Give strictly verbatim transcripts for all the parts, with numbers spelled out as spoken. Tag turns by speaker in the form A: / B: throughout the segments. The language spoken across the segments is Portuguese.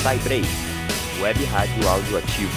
A: Tie Break, Web Rádio Áudio Ativo.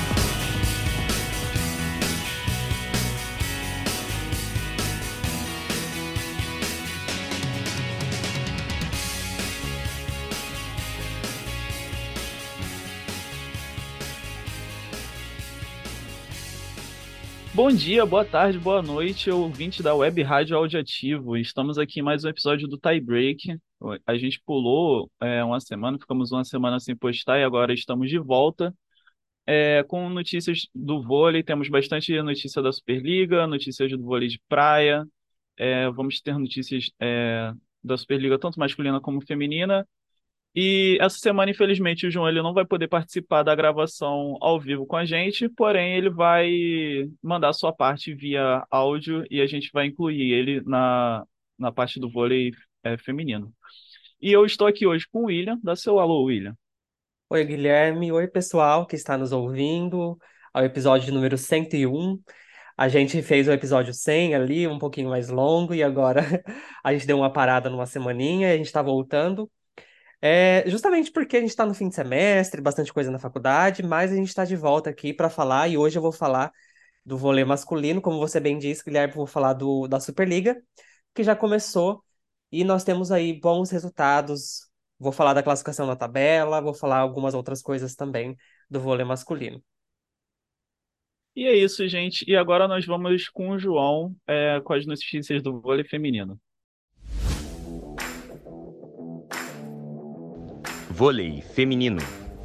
B: Bom dia, boa tarde, boa noite, ouvinte da Web Rádio Audiativo. Estamos aqui em mais um episódio do Tie Break. A gente pulou é, uma semana, ficamos uma semana sem postar e agora estamos de volta é, com notícias do vôlei. Temos bastante notícia da Superliga, notícias do vôlei de praia. É, vamos ter notícias é, da Superliga tanto masculina como feminina. E essa semana, infelizmente, o João ele não vai poder participar da gravação ao vivo com a gente, porém ele vai mandar sua parte via áudio e a gente vai incluir ele na, na parte do vôlei é, feminino. E eu estou aqui hoje com o William. Dá seu alô, William.
C: Oi, Guilherme. Oi, pessoal que está nos ouvindo ao episódio número cento e um. A gente fez o episódio cem ali, um pouquinho mais longo, e agora a gente deu uma parada numa semaninha e a gente está voltando. É, justamente porque a gente está no fim de semestre, bastante coisa na faculdade, mas a gente está de volta aqui para falar, e hoje eu vou falar do vôlei masculino, como você bem disse, Guilherme, eu vou falar do, da Superliga, que já começou, e nós temos aí bons resultados. Vou falar da classificação na tabela, vou falar algumas outras coisas também do vôlei masculino.
B: E é isso, gente. E agora nós vamos com o João é, com as notícias do vôlei feminino.
A: Vôlei feminino.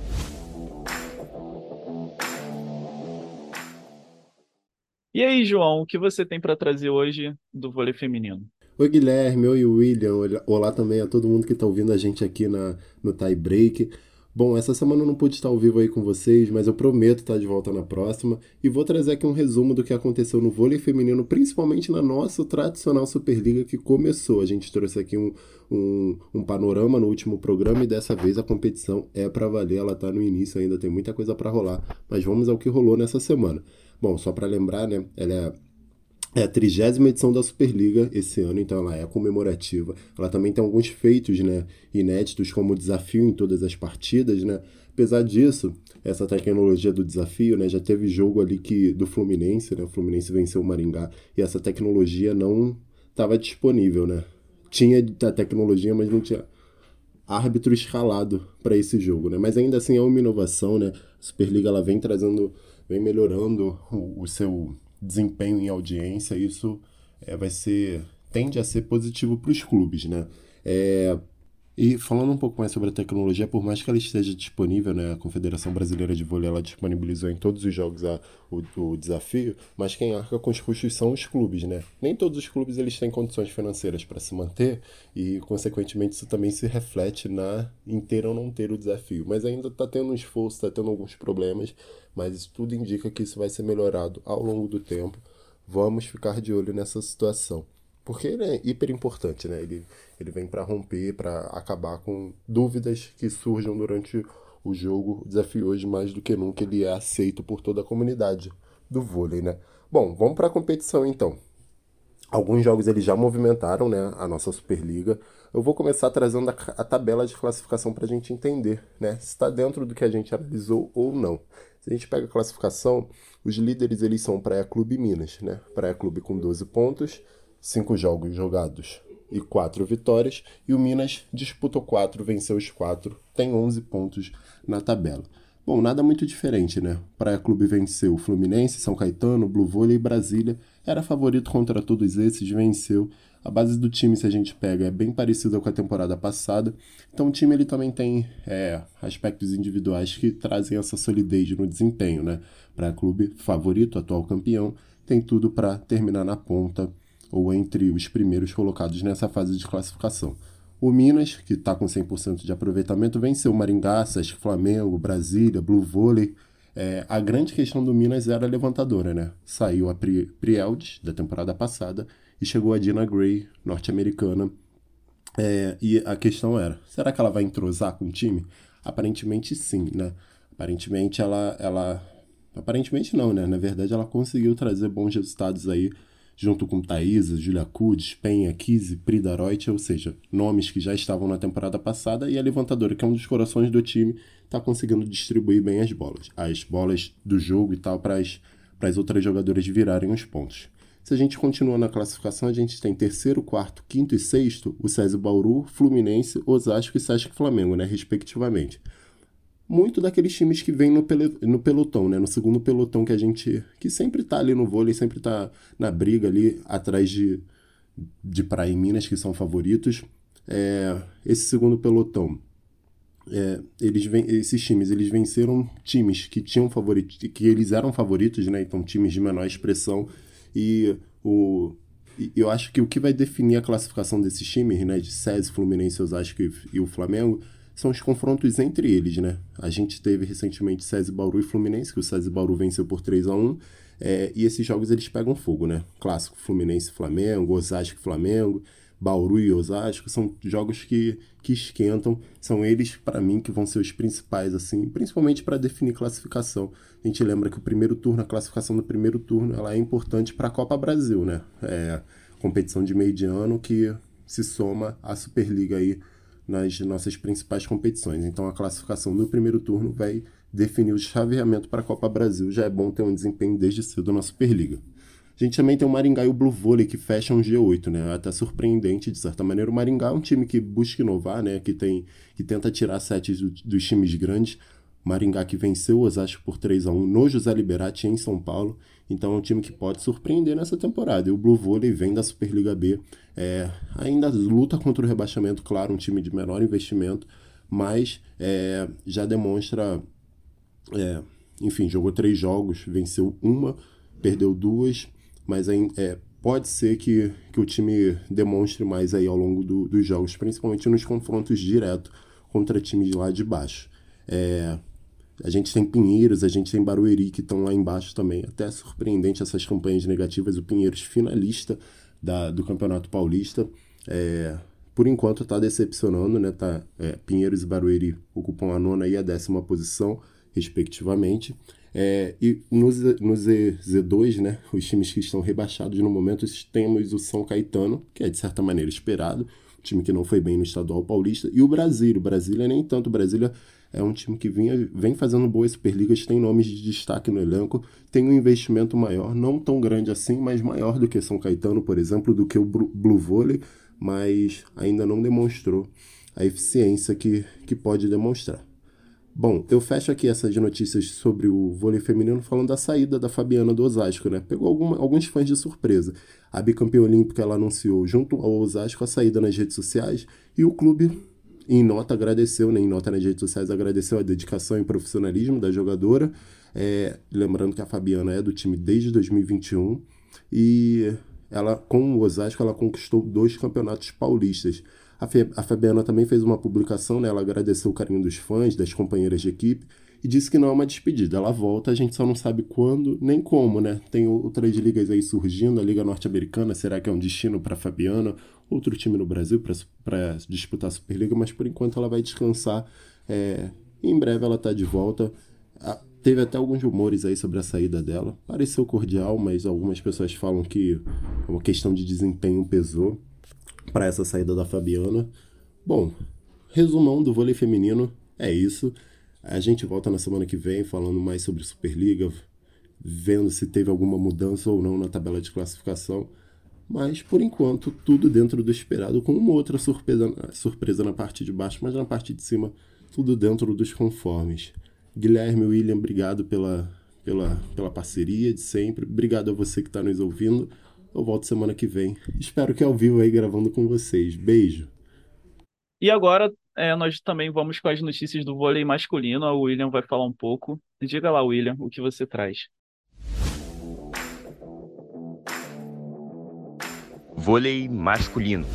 B: E aí, João, o que você tem para trazer hoje do vôlei feminino?
D: Oi Guilherme, oi William, olá olá também a todo mundo que está ouvindo a gente aqui na, no Tie Break. Bom, essa semana eu não pude estar ao vivo aí com vocês, mas eu prometo estar de volta na próxima e vou trazer aqui um resumo do que aconteceu no vôlei feminino, principalmente na nossa tradicional Superliga que começou. A gente trouxe aqui um, um, um panorama no último programa e dessa vez a competição é para valer, ela está no início ainda, tem muita coisa para rolar, mas vamos ao que rolou nessa semana. Bom, só para lembrar, né, ela é é a trigésima edição da Superliga esse ano, então ela é comemorativa. Ela também tem alguns feitos, né, inéditos, como desafio em todas as partidas, né? Apesar disso, essa tecnologia do desafio, né, já teve jogo ali que do Fluminense, né? O Fluminense venceu o Maringá e essa tecnologia não estava disponível, né? Tinha a tecnologia, mas não tinha árbitro escalado para esse jogo, né? Mas ainda assim é uma inovação, né? A Superliga ela vem trazendo, vem melhorando o, o seu desempenho em audiência. Isso é, vai ser tende a ser positivo para os clubes, né? É, e falando um pouco mais sobre a tecnologia, por mais que ela esteja disponível, né, a Confederação Brasileira de Vôlei ela disponibilizou em todos os jogos a, o, o desafio, mas quem arca com os custos são os clubes, né? Nem todos os clubes eles têm condições financeiras para se manter e, consequentemente, isso também se reflete na em ter ou não ter o desafio. Mas ainda está tendo um esforço, está tendo alguns problemas, mas isso tudo indica que isso vai ser melhorado ao longo do tempo. Vamos ficar de olho nessa situação. Porque ele é hiper importante, né? Ele, ele vem para romper, para acabar com dúvidas que surjam durante o jogo. O desafio hoje, mais do que nunca, ele é aceito por toda a comunidade do vôlei, né? Bom, vamos para a competição então. Alguns jogos eles já movimentaram, né, a nossa Superliga. Eu vou começar trazendo a, a tabela de classificação para a gente entender, né, se está dentro do que a gente analisou ou não. Se a gente pega a classificação, os líderes eles são Praia Clube e Minas, né? Praia Clube com doze pontos, cinco jogos jogados e quatro vitórias, e o Minas disputou quatro, venceu os quatro, tem onze pontos na tabela. Bom, nada muito diferente, né? Praia Clube venceu o Fluminense, São Caetano, Blue Vôlei e Brasília. Era favorito contra todos esses, venceu. A base do time, se a gente pega, é bem parecida com a temporada passada. Então o time ele também tem é, aspectos individuais que trazem essa solidez no desempenho, né? Praia Clube, favorito, atual campeão, tem tudo para terminar na ponta ou entre os primeiros colocados nessa fase de classificação. O Minas, que está com cem por cento de aproveitamento, venceu o Maringá, Sesc Flamengo, Brasília, Blue Vôlei. É, a grande questão do Minas era a levantadora, né? Saiu a Pri Prieldes, da temporada passada, e chegou a Dina Gray, norte-americana. É, e a questão era, será que ela vai entrosar com o time? Aparentemente sim, né? Aparentemente ela, ela... Aparentemente não, né? Na verdade ela conseguiu trazer bons resultados aí junto com Thaisa, Julia Kudes, Penha, Kise, Prida Reuter, ou seja, nomes que já estavam na temporada passada, e a levantadora, que é um dos corações do time, está conseguindo distribuir bem as bolas. As bolas do jogo e tal, para as, para as outras jogadoras virarem os pontos. Se a gente continua na classificação, a gente tem terceiro, quarto, quinto e sexto, o SESI Bauru, Fluminense, Osasco e Sesc Flamengo, né, respectivamente. Muito daqueles times que vêm no, pele, no pelotão, né, no segundo pelotão que a gente, que sempre tá ali no vôlei, sempre tá na briga ali atrás de, de Praia e Minas, que são favoritos. É, esse segundo pelotão, é, eles ven- esses times, eles venceram times que tinham favoritos, que eles eram favoritos, né, então times de menor expressão. E o, e eu acho que o que vai definir a classificação desses times, né, de SESI, Fluminense, Osasco e, e o Flamengo, são os confrontos entre eles, né? A gente teve recentemente SESI Bauru e Fluminense, que o SESI Bauru venceu por três a um, é, e esses jogos eles pegam fogo, né? Clássico Fluminense e Flamengo, Osasco e Flamengo, Bauru e Osasco, são jogos que, que esquentam, são eles, para mim, que vão ser os principais, assim, principalmente para definir classificação. A gente lembra que o primeiro turno, a classificação do primeiro turno, ela é importante para a Copa Brasil, né? É competição de meio de ano que se soma à Superliga aí nas nossas principais competições. Então a classificação no primeiro turno vai definir o chaveamento para a Copa Brasil. Já é bom ter um desempenho desde cedo na Superliga. A gente também tem o Maringá e o Blue Volley que fecham o G oito, né? Até surpreendente, de certa maneira. O Maringá é um time que busca inovar, né? Que, tem, que tenta tirar sets do, dos times grandes. Maringá que venceu o Osasco por três a um no José Liberati, em São Paulo. Então é um time que pode surpreender nessa temporada. E o Blue Volley vem da Superliga B. É, ainda luta contra o rebaixamento, claro, um time de menor investimento, mas é, já demonstra... É, enfim, jogou três jogos, venceu uma, perdeu duas, mas é, pode ser que, que o time demonstre mais aí ao longo do, dos jogos, principalmente nos confrontos diretos contra times lá de baixo. É, a gente tem Pinheiros, a gente tem Barueri que estão lá embaixo também. Até é surpreendente essas campanhas negativas. O Pinheiros finalista da, do Campeonato Paulista. É, por enquanto está decepcionando, né? Tá, é, Pinheiros e Barueri ocupam a nona e a décima posição, respectivamente. É, e no, Z, no Z, Z2, né, os times que estão rebaixados no momento, temos o São Caetano, que é de certa maneira esperado, um time que não foi bem no Estadual Paulista, e o Brasília. O Brasília nem tanto, o Brasília é um time que vinha, vem fazendo boas Superligas, tem nomes de destaque no elenco, tem um investimento maior, não tão grande assim, mas maior do que São Caetano, por exemplo, do que o Blue Volley, mas ainda não demonstrou a eficiência que, que pode demonstrar. Bom, eu fecho aqui essas notícias sobre o vôlei feminino falando da saída da Fabiana do Osasco, né? Pegou alguma, alguns fãs de surpresa. A bicampeã olímpica, ela anunciou junto ao Osasco a saída nas redes sociais e o clube, em nota, agradeceu, né? Em nota nas redes sociais, agradeceu a dedicação e profissionalismo da jogadora. É, lembrando que a Fabiana é do time desde dois mil e vinte e um e ela, com o Osasco, ela conquistou dois campeonatos paulistas. A, Fe, a Fabiana também fez uma publicação, né? Ela agradeceu o carinho dos fãs, das companheiras de equipe e disse que não é uma despedida. Ela volta, a gente só não sabe quando nem como, né? Tem outras ligas aí surgindo, a Liga Norte-Americana, será que é um destino para a Fabiana? Outro time no Brasil para disputar a Superliga, mas por enquanto ela vai descansar. É, em breve ela está de volta. A, teve até alguns rumores aí sobre a saída dela. Pareceu cordial, mas algumas pessoas falam que uma questão de desempenho pesou para essa saída da Fabiana. Bom, resumão do vôlei feminino é isso. A gente volta na semana que vem falando mais sobre Superliga, vendo se teve alguma mudança ou não na tabela de classificação. Mas, por enquanto, tudo dentro do esperado, com uma outra surpresa, surpresa na parte de baixo, mas na parte de cima, tudo dentro dos conformes. Guilherme, William, obrigado pela, pela, pela parceria de sempre. Obrigado a você que está nos ouvindo. Eu volto semana que vem. Espero que ao vivo aí gravando com vocês. Beijo.
B: E agora é, nós também vamos com as notícias do vôlei masculino. O William vai falar um pouco. Diga lá, William, o que você traz.
A: Vôlei masculino.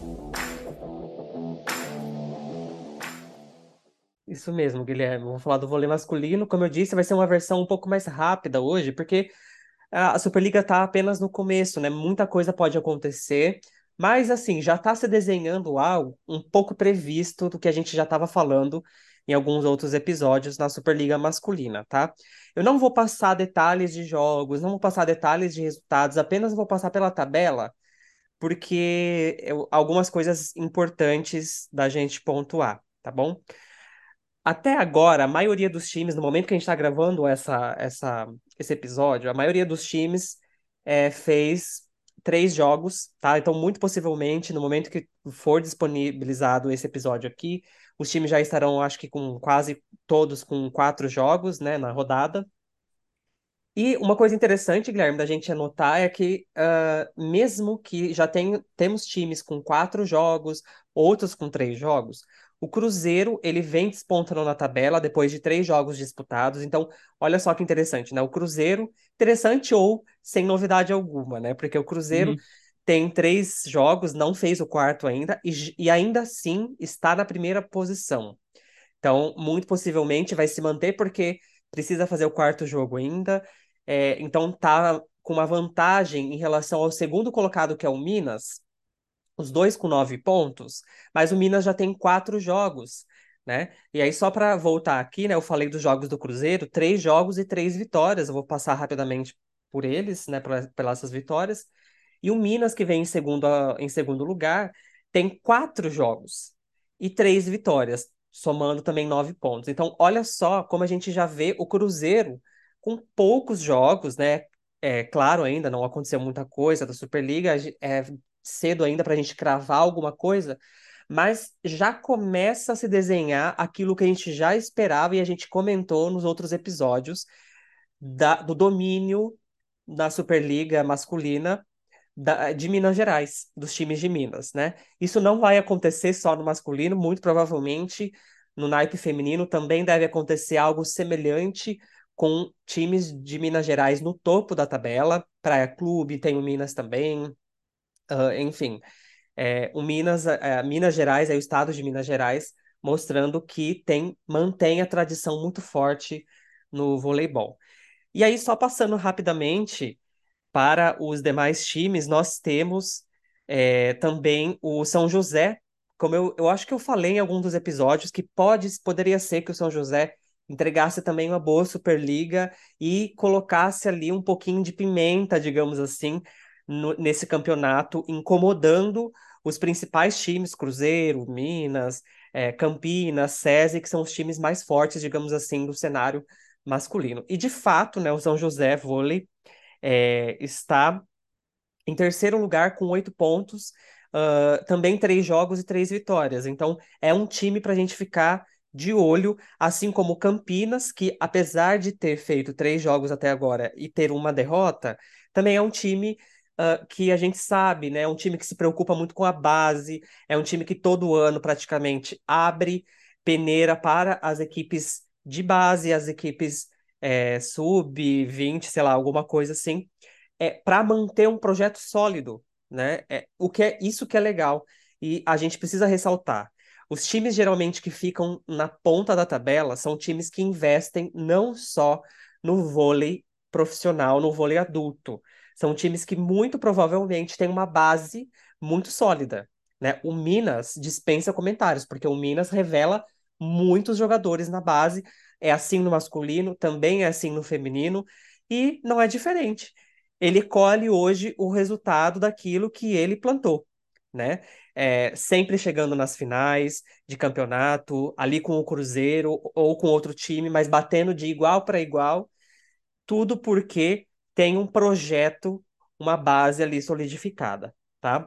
C: Isso mesmo, Guilherme. Vou falar do vôlei masculino. Como eu disse, vai ser uma versão um pouco mais rápida hoje, porque a Superliga está apenas no começo, né? Muita coisa pode acontecer, mas assim, já está se desenhando algo um pouco previsto do que a gente já estava falando em alguns outros episódios na Superliga Masculina, tá? Eu não vou passar detalhes de jogos, não vou passar detalhes de resultados, apenas vou passar pela tabela, porque eu- algumas coisas importantes da gente pontuar, tá bom? Até agora, a maioria dos times, no momento que a gente está gravando essa, essa, esse episódio, a maioria dos times é, fez três jogos, tá? Então, muito possivelmente, no momento que for disponibilizado esse episódio aqui, os times já estarão, acho que com quase todos com quatro jogos, né, na rodada. E uma coisa interessante, Guilherme, da gente anotar é que, ah, mesmo que já tem, temos times com quatro jogos, outros com três jogos, o Cruzeiro ele vem despontando na tabela depois de três jogos disputados. Então, olha só que interessante, né? O Cruzeiro, interessante ou sem novidade alguma, né? Porque o Cruzeiro
B: Uhum.
C: tem três jogos, não fez o quarto ainda, e, j- e ainda assim está na primeira posição. Então, muito possivelmente vai se manter porque precisa fazer o quarto jogo ainda. É, então, tá com uma vantagem em relação ao segundo colocado, que é o Minas, os dois com nove pontos, mas o Minas já tem quatro jogos, né? E aí, só para voltar aqui, né? Eu falei dos jogos do Cruzeiro, três jogos e três vitórias. Eu vou passar rapidamente por eles, né? Pela- pelas essas vitórias. E o Minas, que vem em segundo, a- em segundo lugar, tem quatro jogos e três vitórias, somando também nove pontos. Então, olha só como a gente já vê o Cruzeiro com poucos jogos, né? É claro, ainda não aconteceu muita coisa da Superliga, a ge- é cedo ainda para a gente cravar alguma coisa, mas já começa a se desenhar aquilo que a gente já esperava e a gente comentou nos outros episódios da- do domínio da Superliga masculina da- de Minas Gerais, dos times de Minas, né? Isso não vai acontecer só no masculino, muito provavelmente no naipe feminino também deve acontecer algo semelhante com times de Minas Gerais no topo da tabela. Praia Clube tem o Minas também, ah, enfim. É, o Minas, é, Minas Gerais é o estado de Minas Gerais, mostrando que tem, mantém a tradição muito forte no voleibol. E aí, só passando rapidamente para os demais times, nós temos é, também o São José, como eu, eu acho que eu falei em algum dos episódios, que pode, poderia ser que o São José entregasse também uma boa Superliga e colocasse ali um pouquinho de pimenta, digamos assim, no- nesse campeonato, incomodando os principais times, Cruzeiro, Minas, é, Campinas, SESI, que são os times mais fortes, digamos assim, do cenário masculino. E de fato, né, o São José Vôlei é, está em terceiro lugar com oito pontos, ah, também três jogos e três vitórias. Então, é um time para a gente ficar de olho, assim como o Campinas, que apesar de ter feito três jogos até agora e ter uma derrota, também é um time ah, que a gente sabe, né? É um time que se preocupa muito com a base, é um time que todo ano praticamente abre peneira para as equipes de base, as equipes é, sub vinte, sei lá, alguma coisa assim é, para manter um projeto sólido, né? É, o que é isso que é legal. E a gente precisa ressaltar. Os times geralmente que ficam na ponta da tabela são times que investem não só no vôlei profissional, no vôlei adulto. São times que muito provavelmente têm uma base muito sólida, né? O Minas dispensa comentários, porque o Minas revela muitos jogadores na base. É assim no masculino, também é assim no feminino, e não é diferente ele colhe hoje o resultado daquilo que ele plantou, né? É, sempre chegando nas finais de campeonato, ali com o Cruzeiro ou com outro time, mas batendo de igual para igual, tudo porque tem um projeto, uma base ali solidificada, tá?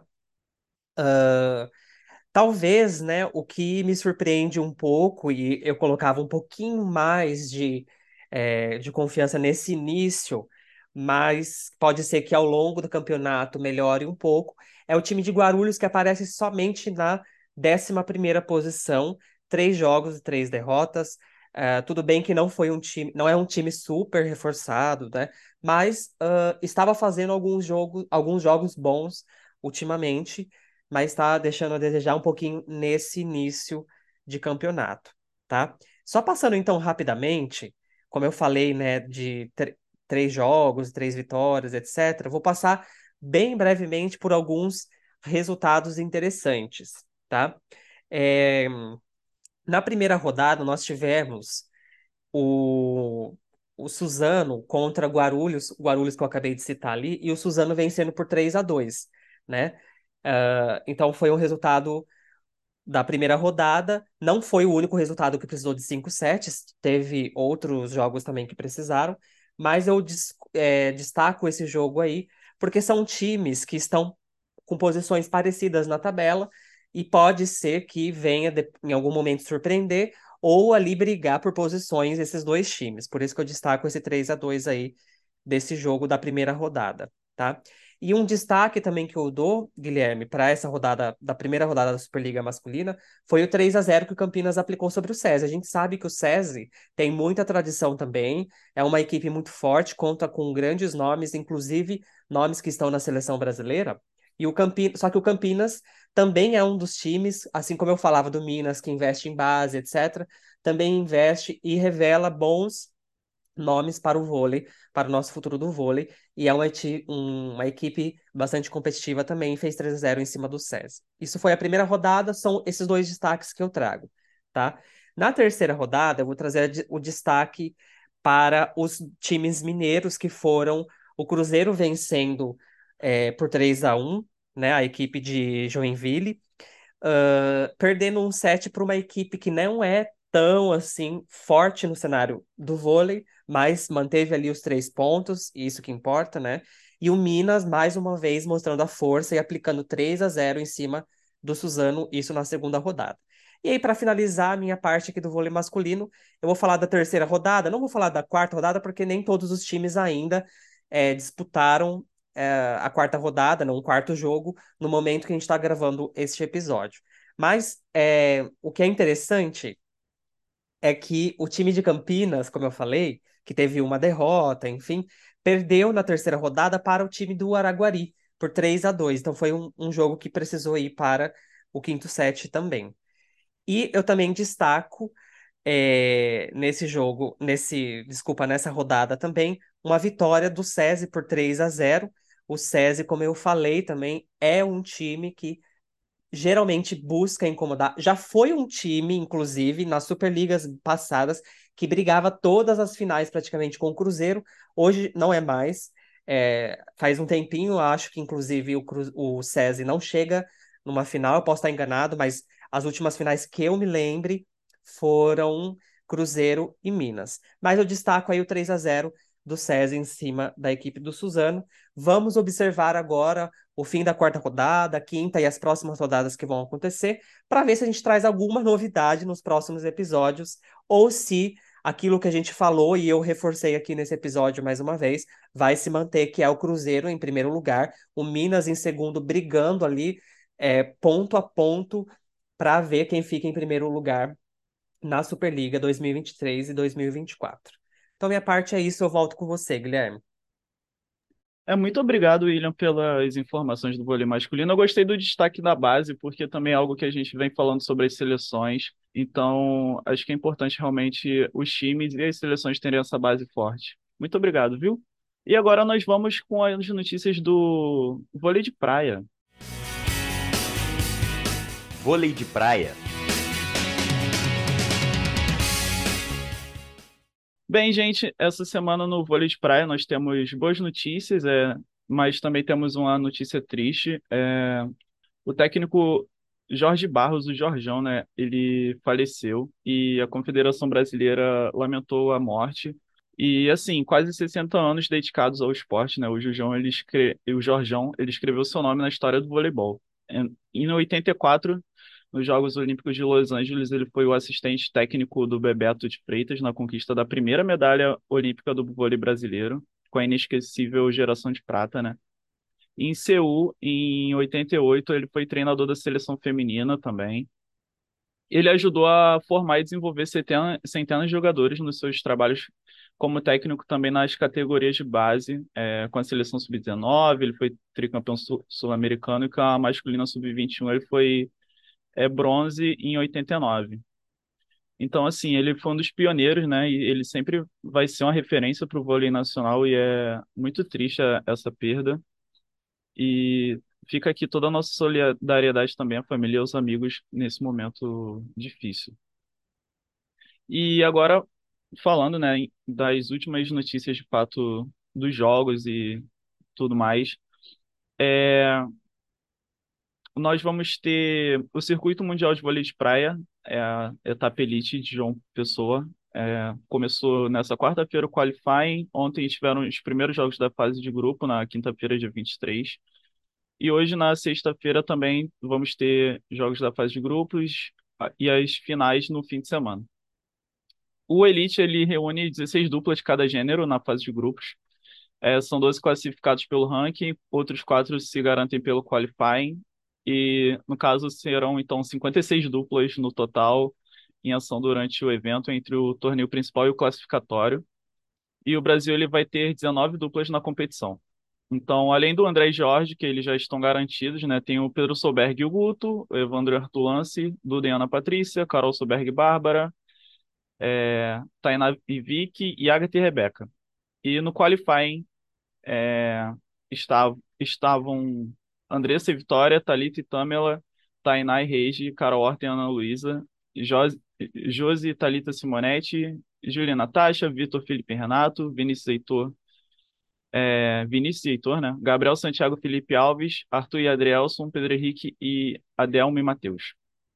C: Talvez, né, o que me surpreende um pouco, e eu colocava um pouquinho mais de, é, de confiança nesse início, mas pode ser que ao longo do campeonato melhore um pouco, é o time de Guarulhos que aparece somente na décima primeira posição, três jogos e três derrotas. É, tudo bem que não foi um time, não é um time super reforçado, né? Mas ah, estava fazendo alguns jogos, alguns jogos bons ultimamente mas está deixando a desejar um pouquinho nesse início de campeonato, tá? Só passando então rapidamente, como eu falei, né, de tr- três jogos, três vitórias, etcétera, vou passar bem brevemente por alguns resultados interessantes, tá? É, Na primeira rodada, nós tivemos o, o Suzano contra Guarulhos, o Guarulhos que eu acabei de citar ali, e o Suzano vencendo por três a dois, né? Ah, então foi um resultado da primeira rodada. Não foi o único resultado que precisou de cinco sets, teve outros jogos também que precisaram, mas eu des- é, destaco esse jogo aí, porque são times que estão com posições parecidas na tabela, e pode ser que venha de- em algum momento surpreender ou ali brigar por posições esses dois times. Por isso que eu destaco esse três a dois aí desse jogo da primeira rodada, tá? E um destaque também que eu dou, Guilherme, para essa rodada, da primeira rodada da Superliga Masculina, foi o três a zero que o Campinas aplicou sobre o SESI. A gente sabe que o SESI tem muita tradição também, é uma equipe muito forte, conta com grandes nomes, inclusive nomes que estão na seleção brasileira. E o Campinas, só que o Campinas também é um dos times, assim como eu falava do Minas, que investe em base, etcétera, também investe e revela bons nomes para o vôlei, para o nosso futuro do vôlei, e é uma, eti- um- uma equipe bastante competitiva também, fez três a zero em cima do SESI. Isso foi a primeira rodada, são esses dois destaques que eu trago, tá? Na terceira rodada, eu vou trazer a de- o destaque para os times mineiros, que foram o Cruzeiro vencendo é, por três a um, né, a equipe de Joinville, ah, perdendo um set para uma equipe que não é tão assim forte no cenário do vôlei, mas manteve ali os três pontos, e isso que importa, né? E o Minas, mais uma vez, mostrando a força e aplicando três a zero em cima do Suzano, isso na segunda rodada. E aí, para finalizar a minha parte aqui do vôlei masculino, eu vou falar da terceira rodada, não vou falar da quarta rodada, porque nem todos os times ainda eh, disputaram eh, a quarta rodada, não, um quarto jogo, no momento que a gente está gravando este episódio. Mas é, o que é interessante é que o time de Campinas, como eu falei, que teve uma derrota, enfim, perdeu na terceira rodada para o time do Araguari por três a dois. Então foi um, um jogo que precisou ir para o quinto set também. E eu também destaco é, nesse jogo, nesse, desculpa, nessa rodada também, uma vitória do SESI por três a zero. O SESI, como eu falei também, é um time que geralmente busca incomodar. Já foi um time, inclusive, nas Superligas passadas, que brigava todas as finais praticamente com o Cruzeiro. Hoje não é mais. É, faz um tempinho, acho que inclusive o, Cru... o SESI não chega numa final, eu posso estar enganado, mas as últimas finais que eu me lembre foram Cruzeiro e Minas. Mas eu destaco aí o três a zero do SESI em cima da equipe do Suzano. Vamos observar agora o fim da quarta rodada, a quinta e as próximas rodadas que vão acontecer, para ver se a gente traz alguma novidade nos próximos episódios, ou se aquilo que a gente falou e eu reforcei aqui nesse episódio mais uma vez, vai se manter, que é o Cruzeiro em primeiro lugar, o Minas em segundo, brigando ali é, ponto a ponto para ver quem fica em primeiro lugar na Superliga dois mil e vinte e três e dois mil e vinte e quatro. Então, minha parte é isso, eu volto com você, Guilherme.
B: É, muito obrigado, William, pelas informações do vôlei masculino. Eu gostei do destaque da base, porque também é algo que a gente vem falando sobre as seleções. Então, acho que é importante realmente os times e as seleções terem essa base forte. Muito obrigado, viu? E agora nós vamos com as notícias do vôlei de praia.
A: Vôlei de praia.
B: Bem, gente, essa semana no vôlei de praia nós temos boas notícias, é, mas também temos uma notícia triste. É, o técnico Jorge Barros, o Jorjão, né, ele faleceu e a Confederação Brasileira lamentou a morte. E assim, quase sessenta anos dedicados ao esporte, né? O Jorjão, ele escre... o Jorjão, ele escreveu seu nome na história do voleibol. Em em oitenta e quatro, nos Jogos Olímpicos de Los Angeles, ele foi o assistente técnico do Bebeto de Freitas na conquista da primeira medalha olímpica do vôlei brasileiro, com a inesquecível geração de prata, né? Em Seul, em oitenta e oito, ele foi treinador da seleção feminina também. Ele ajudou a formar e desenvolver centena- centenas de jogadores nos seus trabalhos como técnico também nas categorias de base, é, com a seleção sub dezenove, ele foi tricampeão sul- sul-americano e com a masculina sub vinte e um ele foi é, bronze em oitenta e nove. Então, assim, ele foi um dos pioneiros, né? E ele sempre vai ser uma referência para o vôlei nacional e é muito triste a- essa perda. E fica aqui toda a nossa solidariedade também à família e aos amigos nesse momento difícil. E agora, falando, né, das últimas notícias de fato dos jogos e tudo mais, é, nós vamos ter o Circuito Mundial de Vôlei de Praia, é a etapa elite de João Pessoa. É, começou nessa quarta-feira o qualifying, ontem tiveram os primeiros jogos da fase de grupo, na quinta-feira, dia vinte e três. E hoje, na sexta-feira, também vamos ter jogos da fase de grupos a- e as finais no fim de semana. O Elite, ele reúne dezesseis duplas de cada gênero na fase de grupos. É, são doze classificados pelo ranking, outros quatro se garantem pelo qualifying. E, no caso, serão, então, cinquenta e seis duplas no total em ação durante o evento, entre o torneio principal e o classificatório. E o Brasil ele vai ter dezenove duplas na competição. Então, além do André e Jorge, que eles já estão garantidos, né? Tem o Pedro Solberg e o Guto, o Evandro Artulance, Duda e Ana Patrícia, Carol Solberg e Bárbara, é, Tainá e Vicky e Agatha e Rebeca. E no qualifying é, estavam, estavam Andressa e Vitória, Thalita e Tâmela, Tainá e Reigi, Carol Horta e Ana Luísa, Josi, Josi e Thalita Simonetti, Júlia e Natasha, Vitor Felipe e Renato, Vinícius Heitor, é, Vinícius e Heitor, né? Gabriel Santiago Felipe Alves, Arthur e Adrielson, Pedro Henrique e Adelmo e Matheus.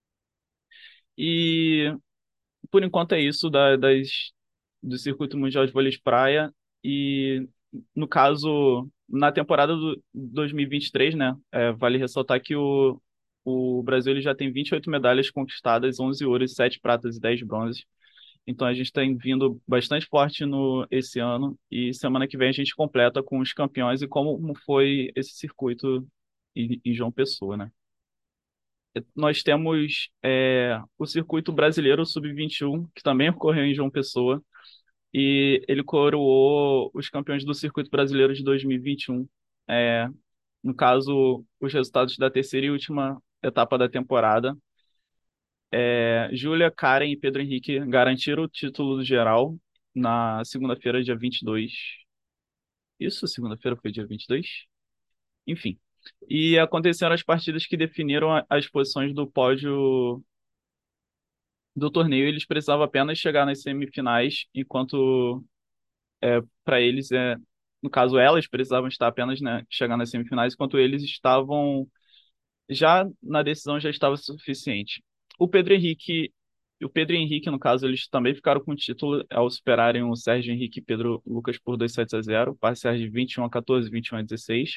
B: E por enquanto é isso da- das, do Circuito Mundial de Vôlei de Praia. E, no caso, na temporada do dois mil e vinte e três, né, é, vale ressaltar que o, o Brasil ele já tem vinte e oito medalhas conquistadas, onze ouros, sete pratas e dez bronzes. Então a gente está vindo bastante forte no esse ano e semana que vem a gente completa com os campeões e como foi esse circuito em, em João Pessoa, né? Nós temos é, o circuito brasileiro sub vinte e um, que também ocorreu em João Pessoa, e ele coroou os campeões do circuito brasileiro de dois mil e vinte e um. É, no caso, os resultados da terceira e última etapa da temporada. É, Júlia, Karen e Pedro Henrique garantiram o título geral na segunda-feira, dia vinte e dois. Isso, segunda-feira foi dia vinte e dois? Enfim. E aconteceram as partidas que definiram a- as posições do pódio do torneio. Eles precisavam apenas chegar nas semifinais, enquanto para eles, é, no caso, elas precisavam estar apenas, né, chegar nas semifinais, enquanto eles estavam já na decisão já estava suficiente. O Pedro Henrique, o Pedro Henrique, no caso, eles também ficaram com o título ao superarem o Sérgio Henrique e Pedro Lucas por dois sets a zero, parciais de vinte e um a quatorze, vinte e um a dezesseis.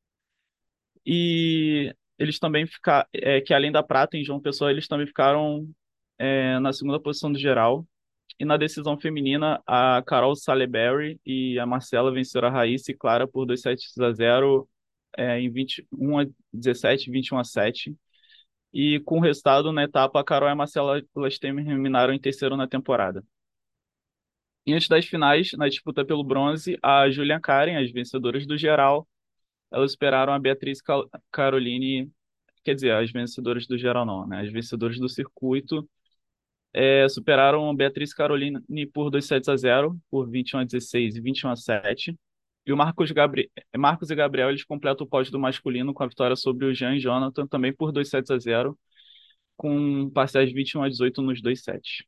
B: E eles também ficaram, é, que além da prata em João Pessoa, eles também ficaram é, na segunda posição do geral. E na decisão feminina, a Carol Saleberry e a Marcela venceram a Raíssa e Clara por dois sets a zero, é, em vinte e um a dezessete, vinte e um a sete. E com o resultado na etapa, a Carol e a Marcela elas terminaram em terceiro na temporada. E antes das finais, na disputa pelo bronze, a Julia Karen, as vencedoras do geral, elas superaram a Beatriz Cal- Caroline, quer dizer, as vencedoras do geral não, né? As vencedoras do circuito, é, superaram a Beatriz Caroline por dois sets a zero, por vinte e um a dezesseis e vinte e um a sete. E o Marcos, Gabri... Marcos e Gabriel, eles completam o pódio do masculino com a vitória sobre o Jean e Jonathan, também por dois sets a zero, com parciais de vinte e um a dezoito nos dois sets.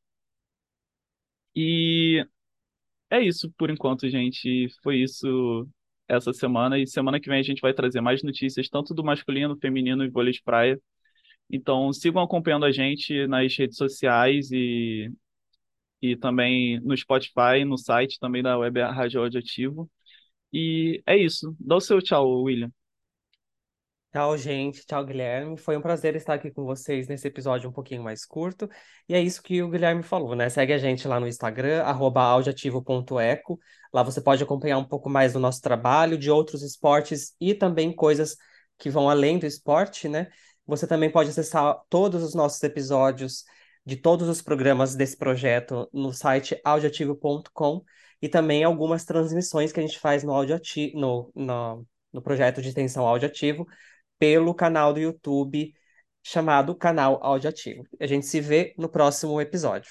B: E é isso por enquanto, gente. Foi isso essa semana. E semana que vem a gente vai trazer mais notícias, tanto do masculino, feminino e vôlei de praia. Então sigam acompanhando a gente nas redes sociais e, e também no Spotify, no site também da Web Rádio Audioativo. E é isso. Dá o seu tchau, William.
C: Tchau, gente. Tchau, Guilherme. Foi um prazer estar aqui com vocês nesse episódio um pouquinho mais curto. E é isso que o Guilherme falou, né? Segue a gente lá no Instagram, arroba audioativo ponto eco. Lá você pode acompanhar um pouco mais do nosso trabalho, de outros esportes e também coisas que vão além do esporte, né? Você também pode acessar todos os nossos episódios de todos os programas desse projeto no site audioativo ponto com e também algumas transmissões que a gente faz no, audioti no, no, no projeto de extensão audioativo pelo canal do YouTube chamado Canal Audioativo. A gente se vê no próximo episódio.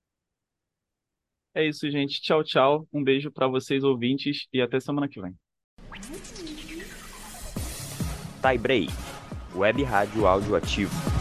B: É isso, gente. Tchau, tchau. Um beijo para vocês, ouvintes, e até semana que vem.
A: Tiebreak, Web Rádio Áudio Ativo.